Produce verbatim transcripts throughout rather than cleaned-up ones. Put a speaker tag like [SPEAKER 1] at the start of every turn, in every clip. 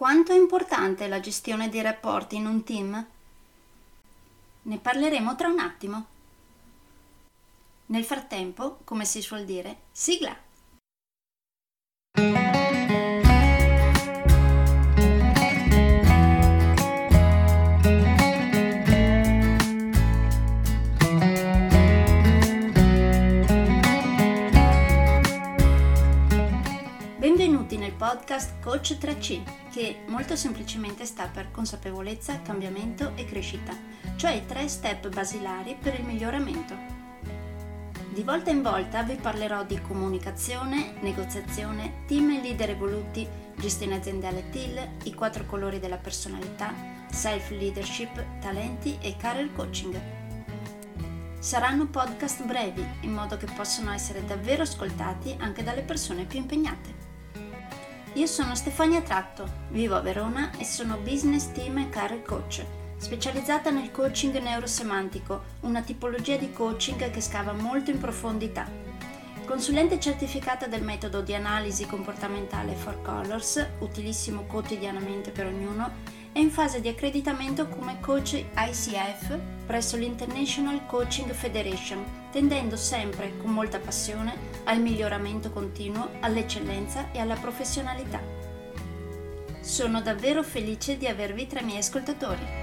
[SPEAKER 1] Quanto è importante la gestione dei rapporti in un team? Ne parleremo tra un attimo. Nel frattempo, come si suol dire, sigla! Benvenuti nel podcast Coach tre C, che molto semplicemente sta per consapevolezza, cambiamento e crescita, cioè i tre step basilari per il miglioramento. Di volta in volta vi parlerò di comunicazione, negoziazione, team e leader evoluti, gestione aziendale T I L, i quattro colori della personalità, self-leadership, talenti e career coaching. Saranno podcast brevi, in modo che possano essere davvero ascoltati anche dalle persone più impegnate. Io sono Stefania Tratto, vivo a Verona e sono business team e career coach, specializzata nel coaching neurosemantico, una tipologia di coaching che scava molto in profondità. Consulente certificata del metodo di analisi comportamentale Four Colors, utilissimo quotidianamente per ognuno, e in fase di accreditamento come coach I C F presso l'International Coaching Federation, tendendo sempre con molta passione al miglioramento continuo, all'eccellenza e alla professionalità. Sono davvero felice di avervi tra i miei ascoltatori.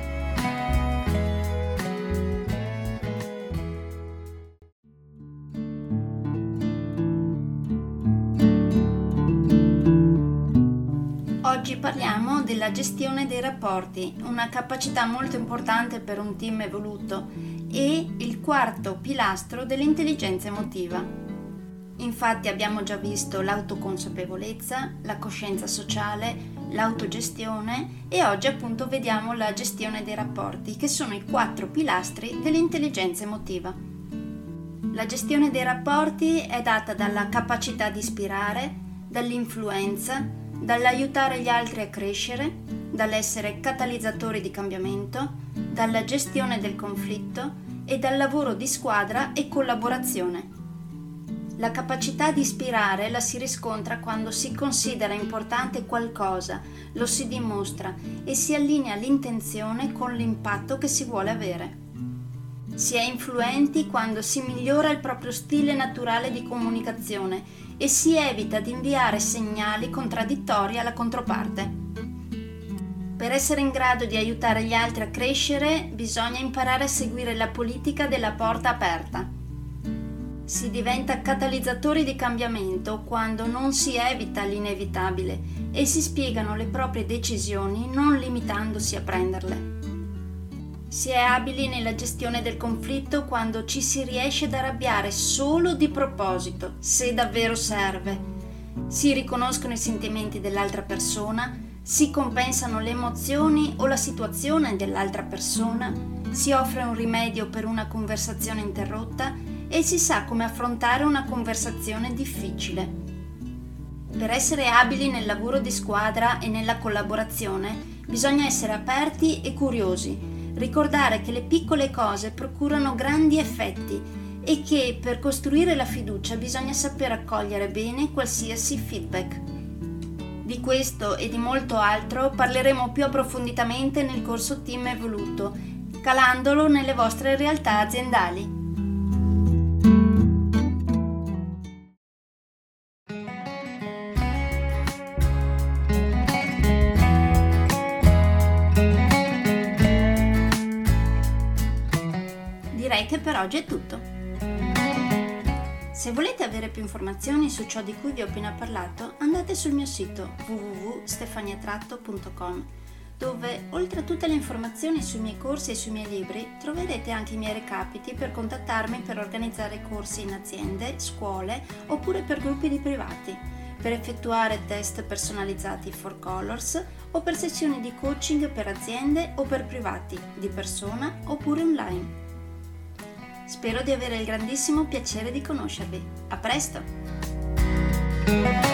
[SPEAKER 1] Oggi parliamo della gestione dei rapporti, una capacità molto importante per un team evoluto e il quarto pilastro dell'intelligenza emotiva. Infatti abbiamo già visto l'autoconsapevolezza, la coscienza sociale, l'autogestione e oggi appunto vediamo la gestione dei rapporti, che sono i quattro pilastri dell'intelligenza emotiva. La gestione dei rapporti è data dalla capacità di ispirare, dall'influenza, dall'aiutare gli altri a crescere, dall'essere catalizzatori di cambiamento, dalla gestione del conflitto e dal lavoro di squadra e collaborazione. La capacità di ispirare la si riscontra quando si considera importante qualcosa, lo si dimostra e si allinea l'intenzione con l'impatto che si vuole avere. Si è influenti quando si migliora il proprio stile naturale di comunicazione e si evita di inviare segnali contraddittori alla controparte. Per essere in grado di aiutare gli altri a crescere, bisogna imparare a seguire la politica della porta aperta. Si diventa catalizzatori di cambiamento quando non si evita l'inevitabile e si spiegano le proprie decisioni non limitandosi a prenderle. Si è abili nella gestione del conflitto quando ci si riesce ad arrabbiare solo di proposito, se davvero serve. Si riconoscono i sentimenti dell'altra persona, si compensano le emozioni o la situazione dell'altra persona, si offre un rimedio per una conversazione interrotta e si sa come affrontare una conversazione difficile. Per essere abili nel lavoro di squadra e nella collaborazione bisogna essere aperti e curiosi, ricordare che le piccole cose procurano grandi effetti e che per costruire la fiducia bisogna saper accogliere bene qualsiasi feedback. Di questo e di molto altro parleremo più approfonditamente nel corso Team Evoluto, calandolo nelle vostre realtà aziendali. Direi che per oggi è tutto. Se volete avere più informazioni su ciò di cui vi ho appena parlato, andate sul mio sito w w w punto stefania tratto punto com, dove oltre a tutte le informazioni sui miei corsi e sui miei libri troverete anche i miei recapiti per contattarmi per organizzare corsi in aziende, scuole oppure per gruppi di privati, per effettuare test personalizzati Four Colors o per sessioni di coaching per aziende o per privati, di persona oppure online. Spero di avere il grandissimo piacere di conoscervi. A presto!